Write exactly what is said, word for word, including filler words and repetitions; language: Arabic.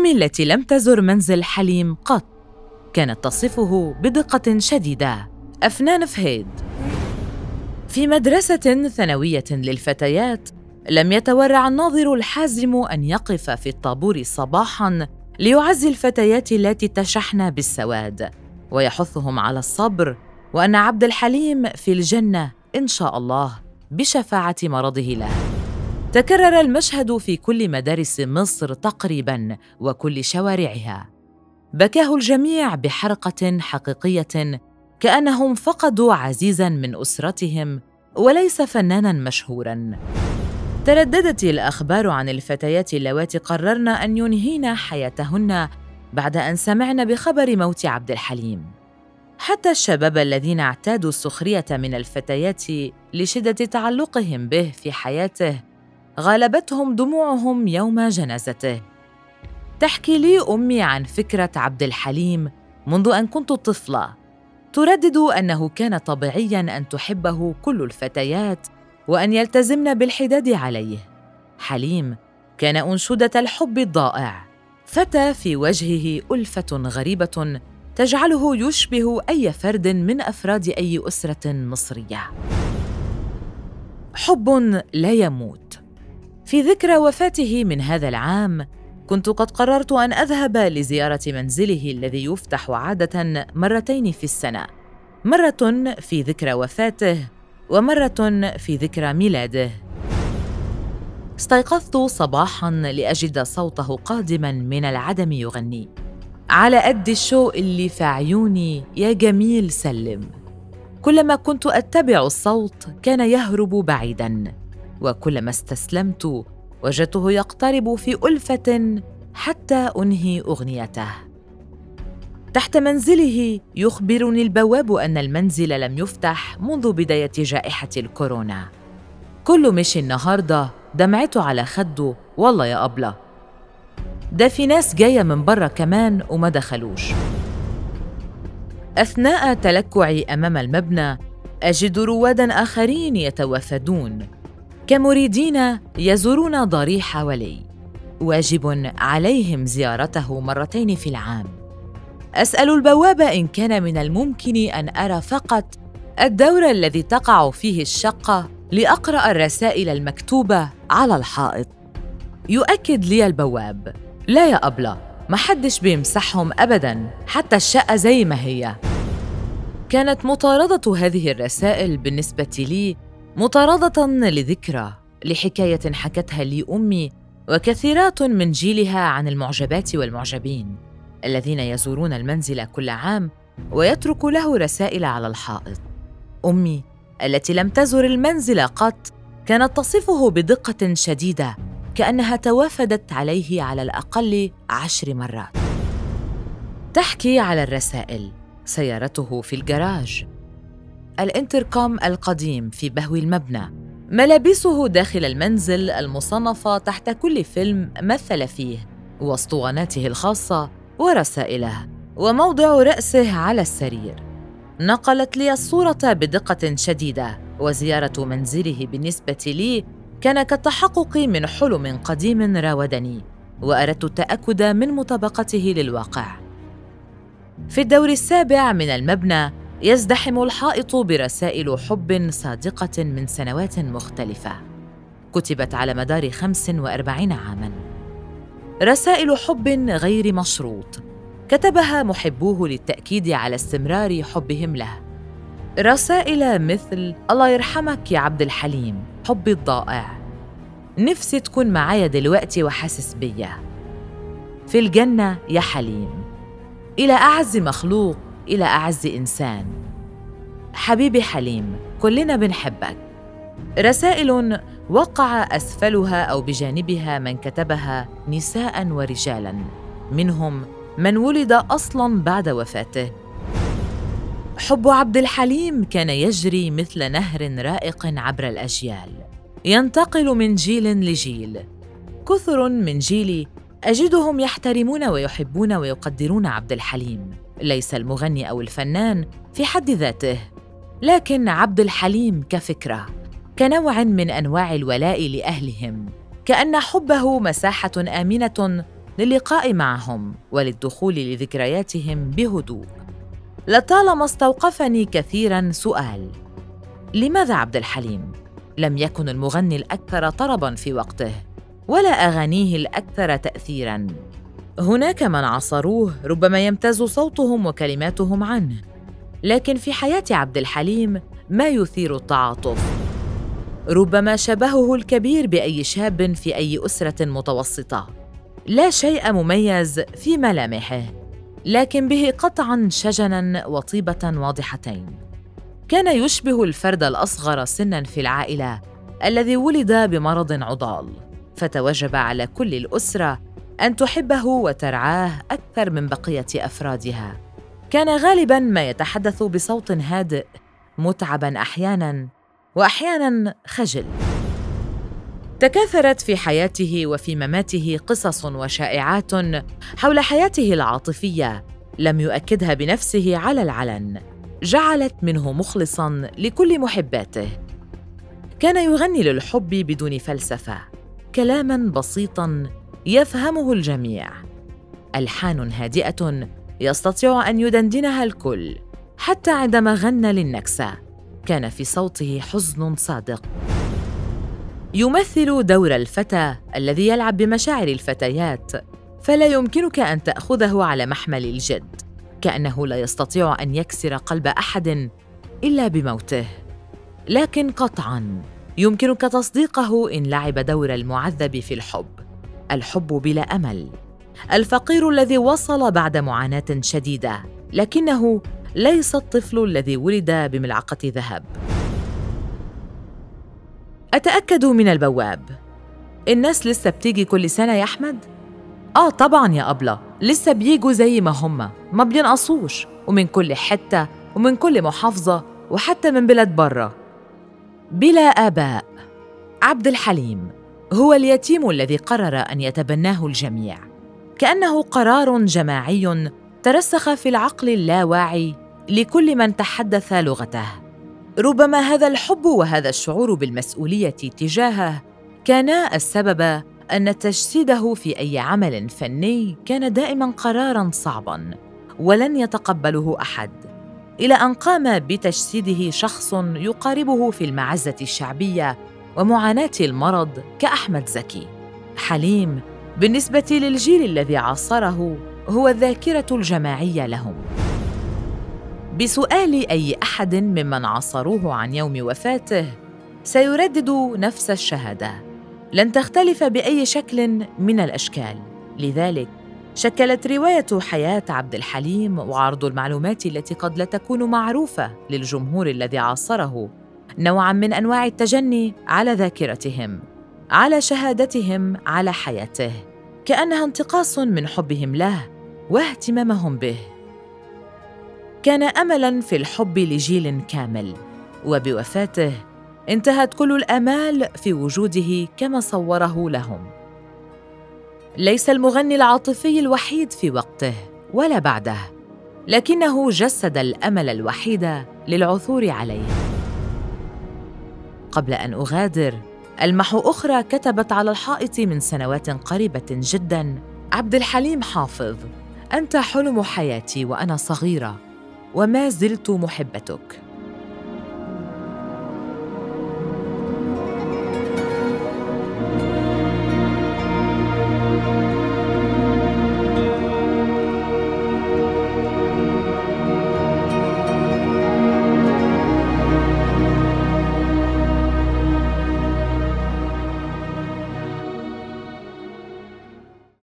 أمي التي لم تزر منزل حليم قط كانت تصفه بدقة شديدة. أفنان فهيد. في مدرسة ثانوية للفتيات لم يتورع الناظر الحازم أن يقف في الطابور صباحاً ليعزي الفتيات التي تشحن بالسواد ويحثهم على الصبر، وأن عبد الحليم في الجنة إن شاء الله بشفاعة مرضه له. تكرر المشهد في كل مدارس مصر تقريباً وكل شوارعها. بكاه الجميع بحرقة حقيقية، كأنهم فقدوا عزيزاً من أسرتهم وليس فناناً مشهوراً. ترددت الأخبار عن الفتيات اللواتي قررن أن ينهين حياتهن بعد أن سمعن بخبر موت عبد الحليم. حتى الشباب الذين اعتادوا السخرية من الفتيات لشدة تعلقهم به في حياته غالبتهم دموعهم يوم جنازته. تحكي لي أمي عن فكرة عبد الحليم منذ أن كنت طفلة، تردد أنه كان طبيعياً أن تحبه كل الفتيات وأن يلتزمن بالحداد عليه. حليم كان أنشودة الحب الضائع، فتى في وجهه ألفة غريبة تجعله يشبه أي فرد من أفراد أي أسرة مصرية. حب لا يموت. في ذكرى وفاته من هذا العام كنت قد قررت أن أذهب لزيارة منزله الذي يفتح عادة مرتين في السنة، مرة في ذكرى وفاته ومرة في ذكرى ميلاده. استيقظت صباحاً لأجد صوته قادماً من العدم يغني: على قد الشوق اللي في عيوني يا جميل سلم. كلما كنت أتبع الصوت كان يهرب بعيداً، وكلما استسلمت وجدته يقترب في ألفة حتى أنهي أغنيته. تحت منزله يخبرني البواب أن المنزل لم يفتح منذ بداية جائحة الكورونا. كله مشي النهاردة، دمعته على خده، والله يا أبلة ده في ناس جاية من برا كمان وما دخلوش. أثناء تلكعي أمام المبنى أجد رواداً آخرين يتوافدون كمريدين يزورون ضريح ولي، واجب عليهم زيارته مرتين في العام. أسأل البواب إن كان من الممكن أن أرى فقط الدور الذي تقع فيه الشقة لأقرأ الرسائل المكتوبة على الحائط. يؤكد لي البواب: لا يا أبلة، محدش بيمسحهم أبداً، حتى الشقة زي ما هي. كانت مطاردة هذه الرسائل بالنسبة لي مطاردة لذكرى، لحكاية حكتها لي أمي وكثيرات من جيلها عن المعجبات والمعجبين الذين يزورون المنزل كل عام ويترك له رسائل على الحائط. أمي التي لم تزر المنزل قط كانت تصفه بدقة شديدة، كأنها توافدت عليه على الأقل عشر مرات. تحكي على الرسائل: سيارته في الجراج، الانتركوم القديم في بهو المبنى، ملابسه داخل المنزل المصنفة تحت كل فيلم مثل فيه، واسطواناته الخاصة، ورسائله، وموضع رأسه على السرير. نقلت لي الصورة بدقة شديدة، وزيارة منزله بالنسبة لي كان كالتحقق من حلم قديم راودني، وأردت التأكد من مطابقته للواقع. في الدور السابع من المبنى يزدحم الحائط برسائل حب صادقة من سنوات مختلفة، كتبت على مدار خمس وأربعين عاماً. رسائل حب غير مشروط كتبها محبوه للتأكيد على استمرار حبهم له. رسائل مثل: الله يرحمك يا عبد الحليم، حبي الضائع، نفسي تكون معايا دلوقتي وحاسس بيا، في الجنة يا حليم، إلى أعز مخلوق، إلى أعز إنسان، حبيبي حليم، كلنا بنحبك. رسائل وقع أسفلها أو بجانبها من كتبها نساء ورجالا، منهم من ولد أصلاً بعد وفاته. حب عبد الحليم كان يجري مثل نهر رائق عبر الأجيال، ينتقل من جيل لجيل. كثر من جيلي أجدهم يحترمون ويحبون ويقدرون عبد الحليم، ليس المغني أو الفنان في حد ذاته، لكن عبد الحليم كفكرة، كنوع من أنواع الولاء لأهلهم، كأن حبه مساحة آمنة للقاء معهم وللدخول لذكرياتهم بهدوء. لطالما استوقفني كثيراً سؤال: لماذا عبد الحليم لم يكن المغني الأكثر طرباً في وقته ولا أغانيه الأكثر تأثيراً؟ هناك من عصروه ربما يمتاز صوتهم وكلماتهم عنه، لكن في حياة عبد الحليم ما يثير التعاطف. ربما شبهه الكبير بأي شاب في أي أسرة متوسطة، لا شيء مميز في ملامحه، لكن به قطعاً شجناً وطيبة واضحتين. كان يشبه الفرد الأصغر سناً في العائلة الذي ولد بمرض عضال، فتوجب على كل الأسرة أن تحبه وترعاه أكثر من بقية أفرادها. كان غالباً ما يتحدث بصوت هادئ، متعباً أحياناً وأحياناً خجل. تكاثرت في حياته وفي مماته قصص وشائعات حول حياته العاطفية لم يؤكدها بنفسه على العلن، جعلت منه مخلصاً لكل محباته. كان يغني للحب بدون فلسفة، كلاماً بسيطاً يفهمه الجميع، ألحان هادئة يستطيع أن يدندنها الكل. حتى عندما غنى للنكسة كان في صوته حزن صادق، يمثل دور الفتى الذي يلعب بمشاعر الفتيات، فلا يمكنك أن تأخذه على محمل الجد، كأنه لا يستطيع أن يكسر قلب أحد إلا بموته. لكن قطعاً يمكنك تصديقه إن لعب دور المعذب في الحب، الحب بلا أمل، الفقير الذي وصل بعد معاناة شديدة، لكنه ليس الطفل الذي ولد بملعقة ذهب. أتأكد من البواب. الناس لسه بتيجي كل سنة يا أحمد؟ آه طبعاً يا أبلة، لسه بيجوا زي ما هم، ما بينقصوش، ومن كل حتة ومن كل محافظة وحتى من بلاد برة. بلا آباء. عبد الحليم هو اليتيم الذي قرر أن يتبناه الجميع، كأنه قرار جماعي ترسخ في العقل اللاواعي لكل من تحدث لغته. ربما هذا الحب وهذا الشعور بالمسؤولية تجاهه كانا السبب أن تجسيده في أي عمل فني كان دائماً قراراً صعباً ولن يتقبله أحد، إلى أن قام بتجسيده شخص يقاربه في المعزة الشعبية ومعاناة المرض كأحمد زكي. حليم بالنسبة للجيل الذي عاصره هو الذاكرة الجماعية لهم. بسؤال أي أحد ممن عاصروه عن يوم وفاته سيردد نفس الشهادة، لن تختلف بأي شكل من الأشكال. لذلك شكلت رواية حياة عبد الحليم وعرض المعلومات التي قد لا تكون معروفة للجمهور الذي عاصره نوعاً من أنواع التجني على ذاكرتهم، على شهادتهم على حياته، كأنها انتقاص من حبهم له واهتمامهم به. كان أملاً في الحب لجيل كامل، وبوفاته انتهت كل الآمال في وجوده كما صوره لهم. ليس المغني العاطفي الوحيد في وقته ولا بعده، لكنه جسد الأمل الوحيد للعثور عليه. قبل أن أغادر ألمح أخرى كتبت على الحائط من سنوات قريبة جداً: عبد الحليم حافظ، أنت حلم حياتي وأنا صغيرة، وما زلت محبتك.